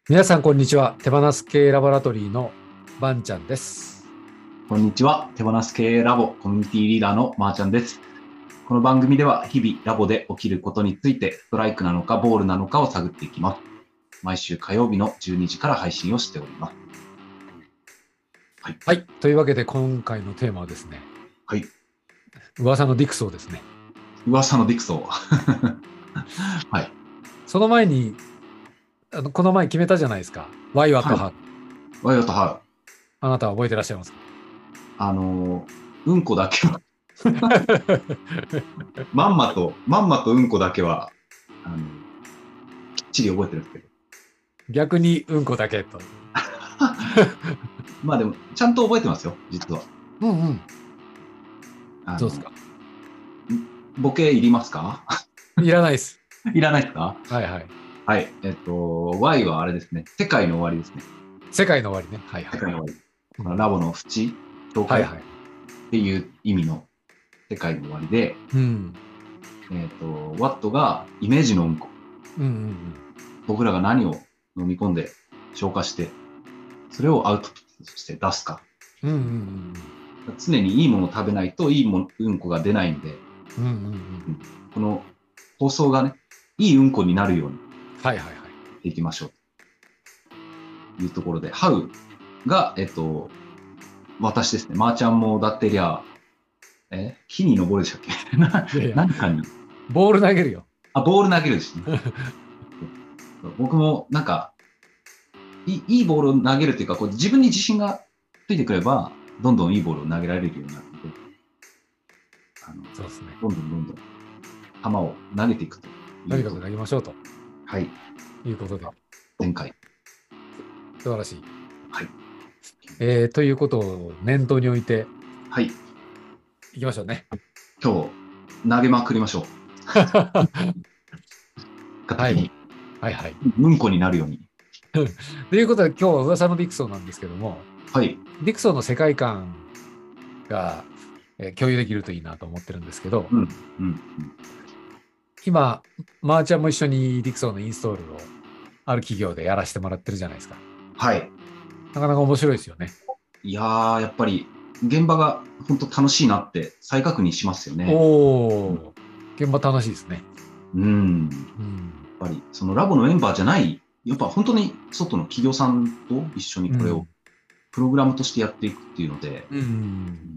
皆さんこんにちは。手放す系ラボラトリーのバンちゃんです。 こんにちは。手放す経営ラボコミュニティリーダーのまーちゃんです。この番組では日々ラボで起きることについてストライクなのかボールなのかを探っていきます。毎週火曜日の12時から配信をしております。 はい。というわけで今回のテーマはですね。 はい。 噂のディクソーですね。 噂のディクソー。はい。 その前に、この前決めたじゃないですか。Why What How。 ワイワとハあなたは覚えてらっしゃいますか？ うんこだけはまんまとうんこだけは、きっちり覚えてるんですけど。 逆にうんこだけと。 まあでも、ちゃんと覚えてますよ、実は。 うんうん。そうですか。 ボケいりますか？ いらないです。 いらないですか？ はいはい。 はい。Y はあれですね。世界の終わりですね。 世界の終わりね。はいはい。 世界の終わり。ラボの縁、境界っはいはい。 ていう意味の世界の終わりで、 うん。 What がイメージのうんこ。 うんうん僕らが何を飲み込んで消化して、それをアウトプットとして出すか。 うん。うんうん常にいいものを食べないといいうんこが出ないんで、 うん。うんうんうん。 この放送がね、いいうんこになるようにはいはいはい。 していきましょうというところで、How が、私ですね。まーちゃんもだってりゃ、木に登るでしたっけ？ いやいや、 何かに。 ボール投げるよ。 あ、ボール投げるですね。僕もなんか、いいボールを投げるというか、こう自分に自信がついてくれば、どんどんいいボールを投げられるようになるので、 そうですね。 どんどん球を投げていくという。 とにかく投げましょうとはい。 いうことで。 前回。 素晴らしい。 はい。 ということを念頭に置いてはい。 いきましょうね。 今日、投げまくりましょう。 はい。はいはい。 うんこになるように。 ということで今日は噂のディクソーなんですけども、 はい。 ディクソーの世界観が、共有できるといいなと思ってるんですけど、 うん。うん。 今、まーちゃんも一緒にディクソーのインストールをある企業でやらせてもらってるじゃないですか。 はい。 なかなか面白いですよね。 いやー、やっぱり、現場が本当楽しいなって再確認しますよね。 おー、現場楽しいですね。 うん。 うん。 やっぱり、そのラボのメンバーじゃない、やっぱ本当に外の企業さんと一緒にこれをプログラムとしてやっていくっていうので、 うん。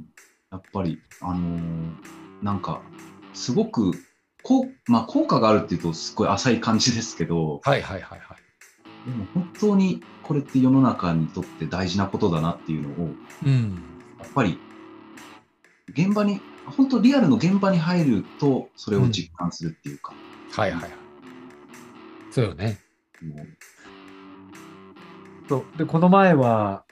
やっぱり、なんか、すごく、まあ、効果があるっていうとすごい浅い感じですけど、 はいはいはいはい。 でも本当にこれって世の中にとって大事なことだなっていうのを、 うん。 やっぱり現場に、本当リアルの現場に入ると、それを実感するっていうか。 はいはいはい。そうよね。 もうそうで、この前は、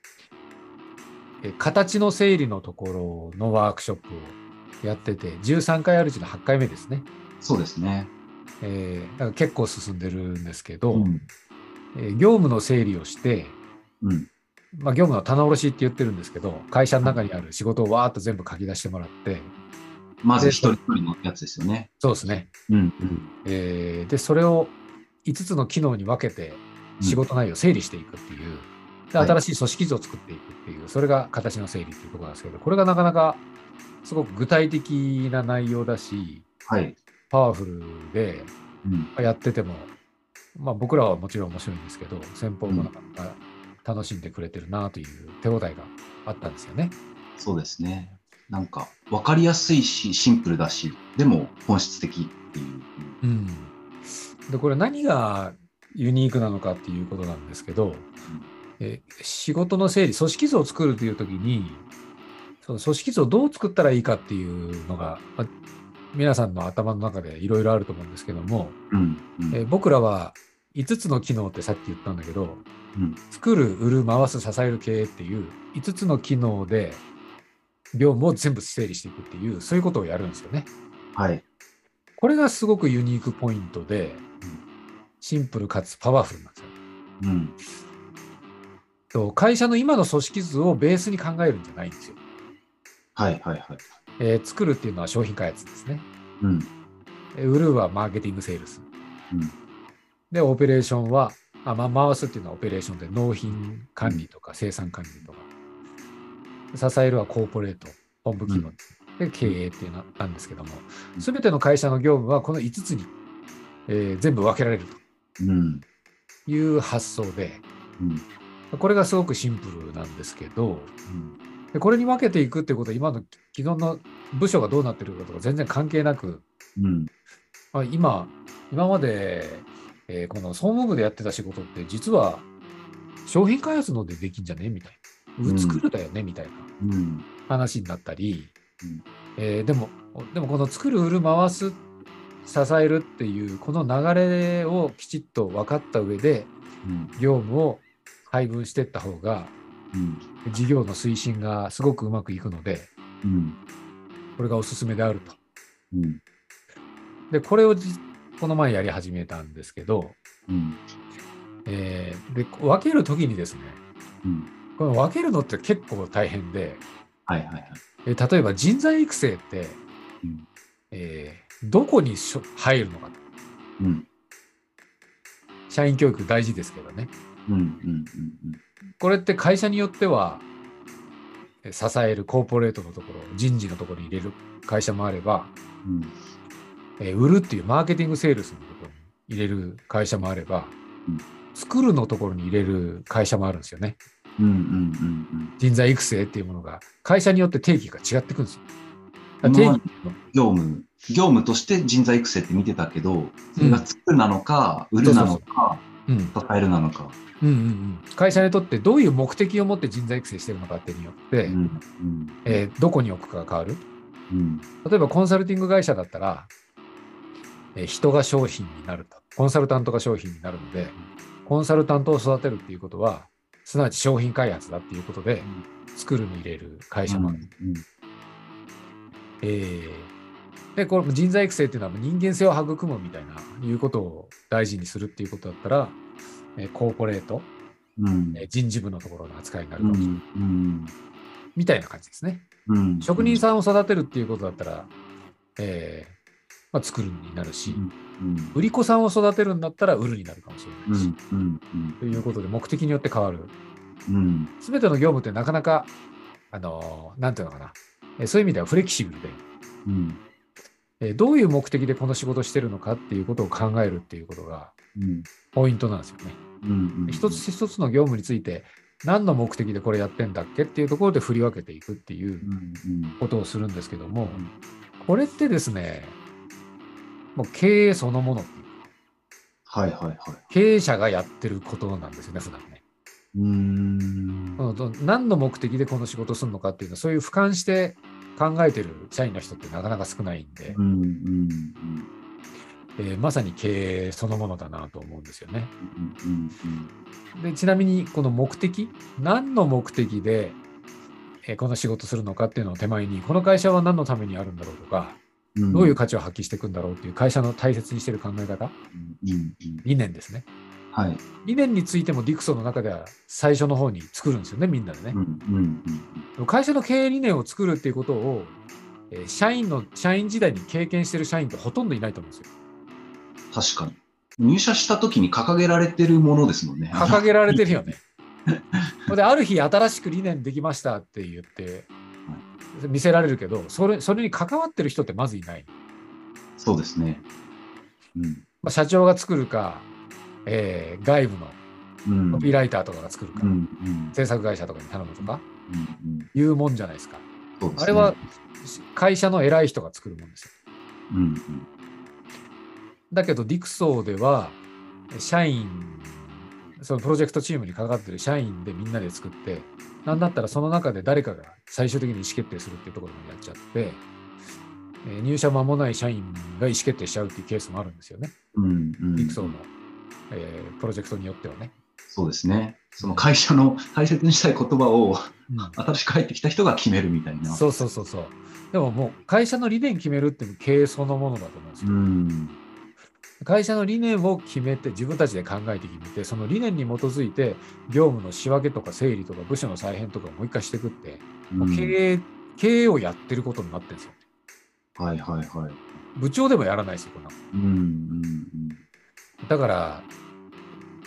形の整理のところのワークショップをやってて、13回あるうちの8回目ですね。 そうですね。 だから結構進んでるんですけど、 うん。 業務の整理をして、 うん。 まあ、業務の棚卸しって言ってるんですけど、会社の中にある仕事をわーっと全部書き出してもらって、で、 まず一人一人のやつですよね。 そうですね。 うん。 で、それを5つの機能に分けて仕事内容を整理していくっていう、ではい新しい組織図を作っていくっていう、それが形の整理っていうところなんですけど、これがなかなかすごく具体的な内容だし、 はい。 パワフルでうん。 やってても、まあ僕らはもちろん面白いんですけど、先方もなかなか楽しんでくれてるなという手応えがあったんですよね。 そうですね。なんか、わかりやすいし、シンプルだし、でも本質的っていう。 うん。で、これ何がユニークなのかっていうことなんですけど、仕事の整理、組織図を作るというときに、その組織図をどう作ったらいいかっていうのが、まあ皆さんの頭の中でいろいろあると思うんですけども、 うん。うん。 僕らは5つの機能ってさっき言ったんだけど、 うん。 作る、売る、回す、支える経営っていう5つの機能で業務を全部整理していくっていう、そういうことをやるんですよね。 はい。 これがすごくユニークポイントで、シンプルかつパワフルなんですよ。 うん。 会社の今の組織図をベースに考えるんじゃないんですよ。 はい。はい。はい。 作るっていうのは商品開発ですね。 うん。 売るはマーケティングセールス。 うん。 で、オペレーションは回すっていうのはオペレーションで納品管理とか生産管理とか、支えるはコーポレート、本部規模で経営っていうのなんですけども、すべての会社の業務はこの5つに、全部分けられるという発想で、これがすごくシンプルなんですけど、でこれに分けていくっていうことは今の既存の部署がどうなってるかとか全然関係なく、今まで、この総務部でやってた仕事って実は商品開発のでできんじゃねみたいな、作るだよねみたいな話になったり、でもこの作る売る回す支えるっていうこの流れをきちっと分かった上で業務を配分していった方が事業の推進がすごくうまくいくので、これがおすすめであると。でこれをこの前やり始めたんですけど、で分けるときにですね、この分けるのって結構大変で、例えば人材育成って、どこに入るのかと、社員教育大事ですけどね、これって会社によっては支えるコーポレートのところ、人事のところに入れる会社もあれば、売るっていうマーケティングセールスのところに入れる会社もあれば、作るのところに入れる会社もあるんですよね。人材育成っていうものが会社によって定義が違ってくるんですよ。 業務として人材育成って見てたけど、それが作るなのか、売るなのか、支えるなのか。 会社にとってどういう目的を持って人材育成しているのかっていうによって、どこに置くかが変わる。例えばコンサルティング会社だったら、人が商品になると。コンサルタントが商品になるので、コンサルタントを育てるっていうことは、すなわち商品開発だっていうことで、作るに入れる会社もある。で、この人材育成っていうのは人間性を育むみたいな、いうことを大事にするっていうことだったら、コーポレート、人事部のところの扱いになるかもしれない。みたいな感じですね。職人さんを育てるっていうことだったら、作るになるし、売り子さんを育てるんだったら売るになるかもしれないし、ということで目的によって変わる。すべての業務ってなかなか、なんていうのかな、そういう意味ではフレキシブルで、どういう目的でこの仕事をしてるのかっていうことを考えるっていうことがポイントなんですよね。一つ一つの業務について何の目的でこれやってんだっけっていうところで振り分けていくっていうことをするんですけども、これってですね、もう経営そのものっていうか、経営者がやってることなんですよね、普段ね。何の目的でこの仕事をするのかっていうのは、そういう俯瞰して考えてる社員の人ってなかなか少ないんで、まさに経営そのものだなと思うんですよね。でちなみにこの目的、何の目的でこの仕事するのかっていうのを手前に、この会社は何のためにあるんだろうとか、どういう価値を発揮していくんだろうっていう会社の大切にしている考え方、理念ですね。理念についてもディクソの中では最初の方に作るんですよね、みんなでね。会社の経営理念を作るっていうことを、社員時代に経験してる社員ってほとんどいないと思うんですよ。 確かに。入社した時に掲げられてるものですもんね。 掲げられてるよね。である日新しく理念できましたって言って見せられるけど、それに関わってる人ってまずいない。 そうですね。 社長が作るか、外部のコピーライターとかが作るか、制作会社とかに頼むとか、いうもんじゃないですか。あれは会社の偉い人が作るもんですよ。だけどディクソーでは社員、そのプロジェクトチームに関わってる社員でみんなで作って、なんだったらその中で誰かが最終的に意思決定するっていうところまでやっちゃって、入社間もない社員が意思決定しちゃうっていうケースもあるんですよね。ディクソーの、プロジェクトによってはね。 そうですね。その会社の大切にしたい言葉を、新しく入ってきた人が決めるみたいな。 そう。でももう会社の理念決めるって経営そのものだと思うんですよ。会社の理念を決めて、自分たちで考えて決めて、その理念に基づいて業務の仕分けとか整理とか部署の再編とかをもう一回していくって、もう経営をやってることになってるんですよ。部長でもやらないですよ、こんなの。だから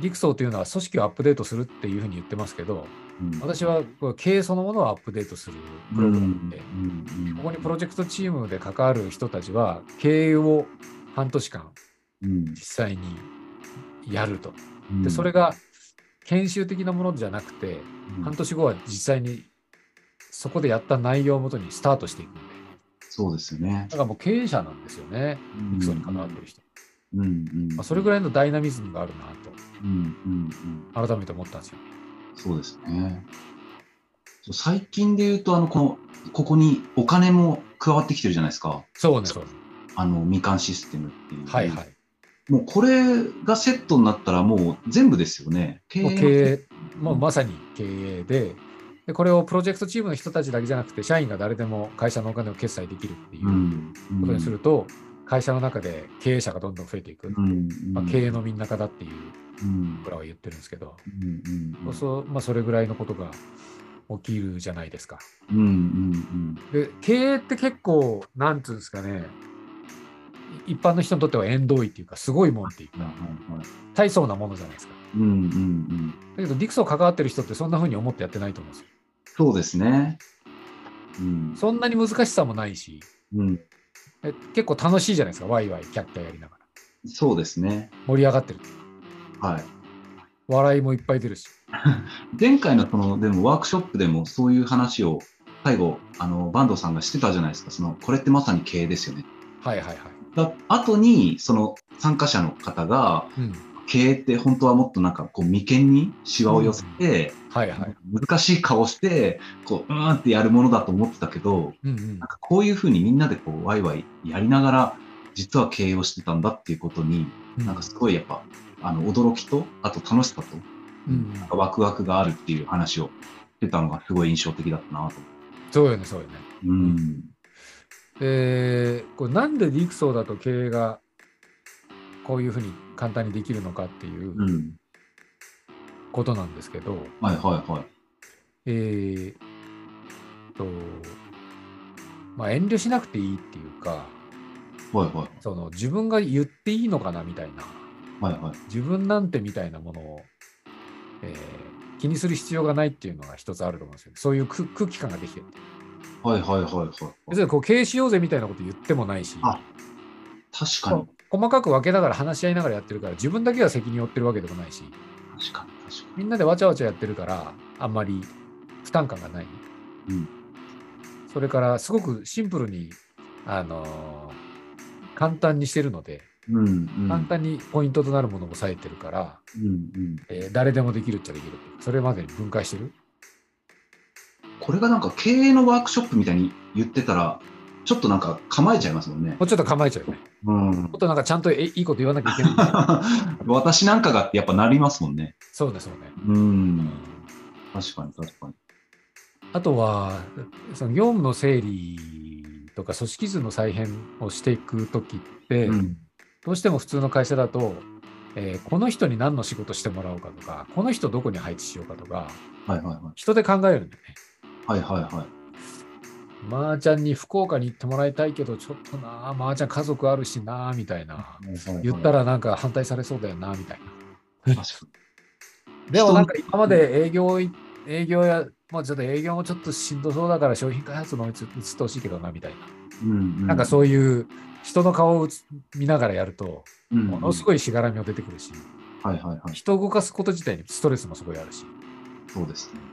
リクソーというのは組織をアップデートするっていうふうに言ってますけど、私はこれ経営そのものをアップデートするプログラムで、ここにプロジェクトチームで関わる人たちは経営を半年間実際にやると。で、それが研修的なものじゃなくて、半年後は実際にそこでやった内容をもとにスタートしていくんで。 そうですよね。 だからもう経営者なんですよね、リクソーに関わってる人。それぐらい。 らいのダイナミズムがあるなと、改めて思ったんですよ。 そうですね。最近で言うと、ここにお金も加わってきてるじゃないですか。 そうね、そうね。 みかんシステムっていう。 はいはい。 もうこれがセットになったらもう全部ですよね。 もう経営、もうまさに経営で、これをプロジェクトチームの人たちだけじゃなくて、社員が誰でも会社のお金を決済できるっていうことにすると、会社の中で経営者がどんどん増えていく。経営のみんなかだっていう僕らは言ってるんですけど、それぐらいのことが起きるじゃないですか。で、経営って結構、なんていうんですかね、一般の人にとっては縁遠いっていうか、すごいもんっていうか、大層なものじゃないですか。だけど、リクソー関わってる人ってそんな風に思ってやってないと思うんですよ。 そうですね。 そんなに難しさもないし、結構楽しいじゃないですか、ワイワイ、キャッキャやりながら。 そうですね。 盛り上がってる。 はい。 笑いもいっぱい出るし。 前回のでもワークショップでもそういう話を最後、坂東さんがしてたじゃないですか。これってまさに経営ですよね。 はいはいはい。 後に、参加者の方が、経営って本当はもっとなんかこう眉間にシワを寄せて、難しい顔して、ってやるものだと思ってたけど、なんかこういうふうにみんなでワイワイやりながら、実は経営をしてたんだっていうことに、なんかすごいやっぱ、驚きと、あと楽しさと、ワクワクがあるっていう話をしてたのがすごい印象的だったなと。 そうよね、そうよね。これなんでリクソーだと経営がこういうふうに簡単にできるのかっていうことなんですけど、遠慮しなくていいっていうか、自分が言っていいのかなみたいな、自分なんてみたいなものを、気にする必要がないっていうのが一つあると思うんですよね。そういう空気感ができてる。別に経営しようぜみたいなこと言ってもないし、 確かに。 細かく分けながら話し合いながらやってるから、自分だけが責任を負ってるわけでもないし、みんなでわちゃわちゃやってるから、あんまり負担感がない。それから、すごくシンプルに、簡単にしてるので、簡単にポイントとなるものを抑えてるから、誰でもできるっちゃできる。それまでに分解してる。 これがなんか経営のワークショップみたいに言ってたら、ちょっとなんか構えちゃいますもんね。 もうちょっと構えちゃうよね。もっとなんかちゃんといいこと言わなきゃいけない。 私なんかがってやっぱなりますもんね。 そうね、そうね。 確かに、確かに。 あとは、その業務の整理とか組織図の再編をしていくときって、どうしても普通の会社だと、この人に何の仕事してもらおうかとか、この人どこに配置しようかとか、人で考えるんだよね。まーちゃんに福岡に行ってもらいたいけど、ちょっとな、まーちゃん家族あるしな、みたいな。言ったらなんか反対されそうだよな、みたいな。でもなんか今まで営業や、もうちょっと営業もちょっとしんどそうだから商品開発の移ってほしいけどな、みたいな。なんかそういう人の顔を見ながらやると、ものすごいしがらみも出てくるし、人を動かすこと自体にストレスもすごいあるし。 そうですね。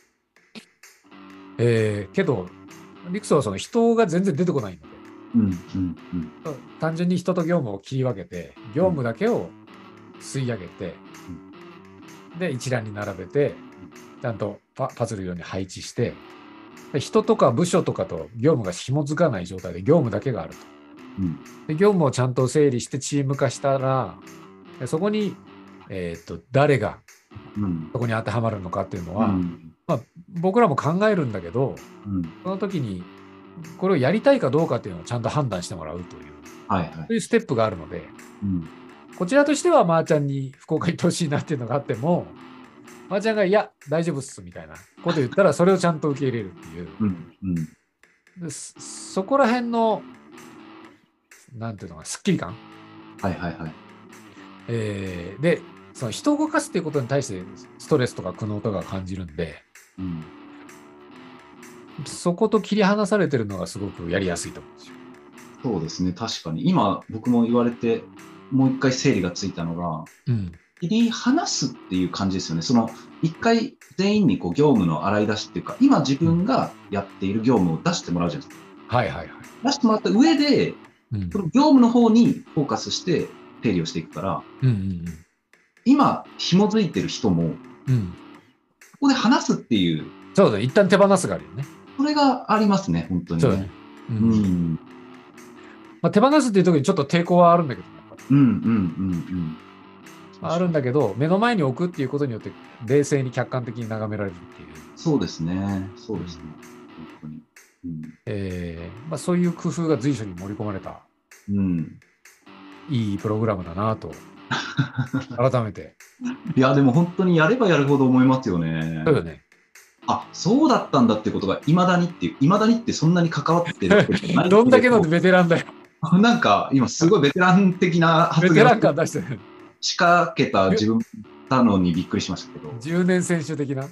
けど、リクソはその人が全然出てこないので、単純に人と業務を切り分けて、業務だけを吸い上げて、で、一覧に並べて、ちゃんとパズルように配置して、人とか部署とかと業務が紐づかない状態で業務だけがあると。で業務をちゃんと整理してチーム化したら、そこに、誰がそこに当てはまるのかっていうのは、僕らも考えるんだけど、その時にこれをやりたいかどうかっていうのをちゃんと判断してもらうという、そういうステップがあるので、こちらとしてはまーちゃんに福岡行ってほしいなっていうのがあっても、まーちゃんがいや大丈夫っすみたいなこと言ったらそれをちゃんと受け入れるっていう、そこら辺のなんていうのかすっきり感、でその人を動かすっていうことに対してストレスとか苦悩とか感じるんで、 うん。 そこと切り離されてるのがすごくやりやすいと思うんですよ。 そうですね、確かに。今、僕も言われて、もう一回整理がついたのが、 うん。 切り離すっていう感じですよね。その、一回全員にこう業務の洗い出しっていうか、今自分がやっている業務を出してもらうじゃないですか。 はいはいはい。 出してもらった上で、 うんその業務の方にフォーカスして整理をしていくから、 うんうん今、紐づいてる人も、 うん。うん。 ここで話すっていう、 そうだね。一旦手放すがあるよね。 それがありますね、本当にそうだねね。。 う。 うんん。 まあ、手放すっていう時にちょっと抵抗はあるんだけどね、やっぱりうん、うん、うん、うん。 あるんだけど、目の前に置くっていうことによって、冷静に客観的に眺められるっていう。 そうですね。そうですね。本当に。 まあ、そういう工夫が随所に盛り込まれた、 うん。うん。 いいプログラムだなと、改めて。 いや、でも本当にやればやるほど思いますよね。 そうよね。 あ、そうだったんだってことが、いまだにっていう、いまだにってそんなに関わってるわけじゃないどんだけのけどベテランだよ。 なんか今すごいベテラン的な発言をベテラン感出してる。 仕掛けた自分たのにびっくりしましたけど、 10年選手的な。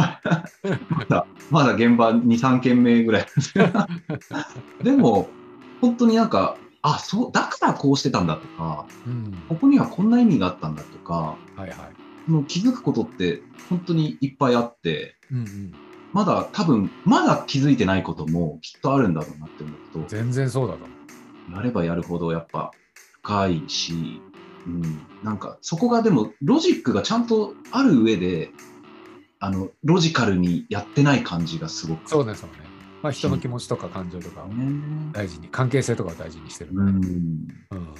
まだ現場2、3件目ぐらいなんですけどでも、本当になんか、あ、そう、だからこうしてたんだとか、 うん。 ここにはこんな意味があったんだとか、 はいはい。 その気づくことって本当にいっぱいあって、 うんうん。 まだ多分、まだ気づいてないこともきっとあるんだろうなって思うと、 全然そうだと思う。 やればやるほどやっぱ深いし、なんかそこがでもロジックがちゃんとある上で、ロジカルにやってない感じがすごく。 そうね、そうね。まあ、人の気持ちとか感情とかをね。 大事に、関係性とかを大事にしてるんで。 うん。 うん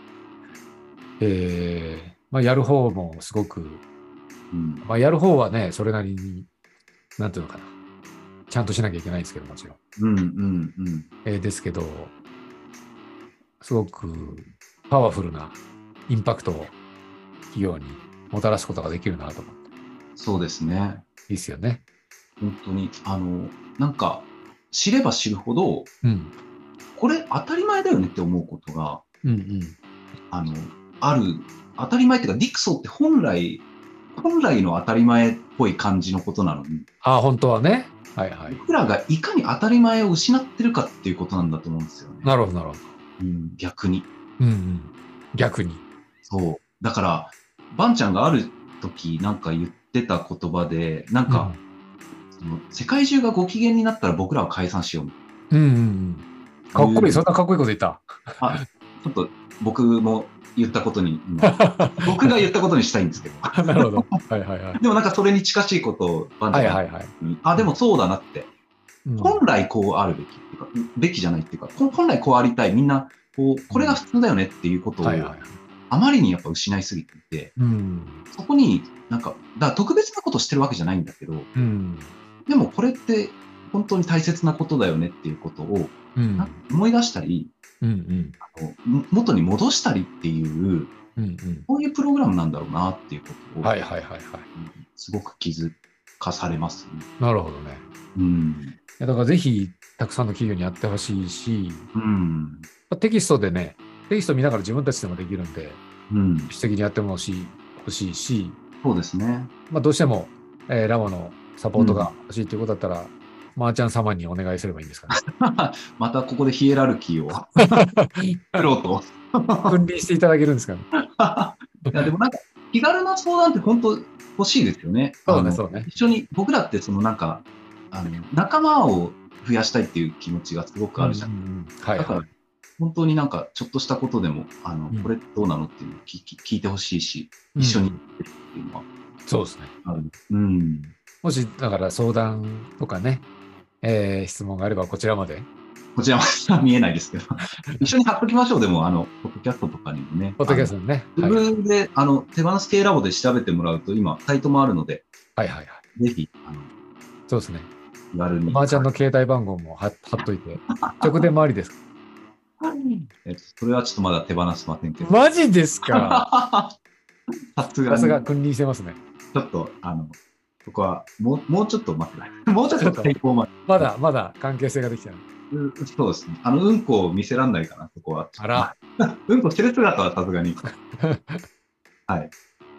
まあ、やる方もすごく、まあ、やる方はね、それなりに、なんていうのかな、ちゃんとしなきゃいけないですけど、もちろん。ですけど、すごくパワフルなインパクトを企業にもたらすことができるなと思って。 そうですね。 いいですよね。 本当に、なんか、知れば知るほど、 うん。 これ当たり前だよねって思うことが、 うんうん。 ある、当たり前っていうか、ディクソって本来の当たり前っぽい感じのことなのに、 あ、本当はね。はいはい。 僕らがいかに当たり前を失ってるかっていうことなんだと思うんですよね。 なるほど、なるほど。 逆に。 うんうん。逆に。 そう。だから、バンちゃんがある時なんか言ってた言葉で、なんか、その世界中がご機嫌になったら僕らは解散しようみたいうんうんうん。かっこいい。そんなかっこいいこと言った。 な。ちょっと僕も言ったことに、僕が言ったことにしたいんですけど。 なるほど。はいはいはい。 でもなんかそれに近しいことをバンちゃんがはいはいはい。 でもそうだなって。 うん本来こうあるべきっていうか、べきじゃないっていうか、本来こうありたい。みんな、これが普通だよねっていうことを、 はいはい。 あまりにやっぱ失いすぎていて、 うん。 そこになんか、だから特別なことしてるわけじゃないんだけど、 うん。 でもこれって本当に大切なことだよねっていうことを、 うん。 なんか思い出したり、 うん元に戻したりっていう、 うん。うんこういうプログラムなんだろうなっていうことを、 はいはいはいはい。 すごく気づかされますね。 なるほどね。いやだからぜひたくさんの企業にやってほしいし、テキストでね、テキスト見ながら自分たちでもできるんで、自主的にやってもほしいし、 そうですね。 まあ、どうしても、ラボのサポートが欲しいということだったら、マーちゃん様にお願いすればいいんですかね。 またここでヒエラルキーを作ろうと。 分離していただけるんですかね。 いやでもなんか気軽な相談って本当欲しいですよね。 そうね、そうね。 一緒に、僕らってそのなんか、仲間を増やしたいっていう気持ちがすごくあるじゃん。だから、本当になんかちょっとしたことでも、これどうなのっていうのを聞いてほしいし、一緒にっていうのは。 そうですね。もし、だから相談とかね、質問があればこちらまで。 こちらは見えないですけど、一緒に貼っときましょう。でも、ポッドキャストとかにもね。 ポッドキャストにね。 自分で、手放す系ラボで調べてもらうと、今、サイトもあるので、ぜひ、 そうですね。 気軽に。 マーちゃんの携帯番号も貼っといて、直電もありですか？ それはちょっとまだ手放せませんけど。 マジですか？ さすが君臨してますね。 ちょっと、そこは、もうちょっと待ってない。もうちょっと抵抗まで。 まだ関係性ができてない。 そうですね。うんこを見せらんないかな、そこは。 あら。 うんこしてる姿はさすがに。はい。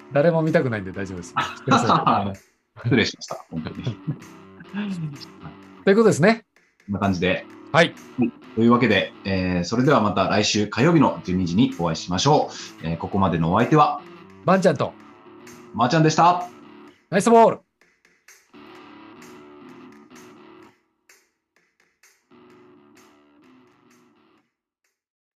誰も見たくないんで大丈夫です。 失礼しました。本当に。 ということですね。 こんな感じで。 はい。 というわけで、それではまた来週火曜日の12時にお会いしましょう。ここまでのお相手は、 バンちゃんと、 まーちゃんでした。 ナイスボール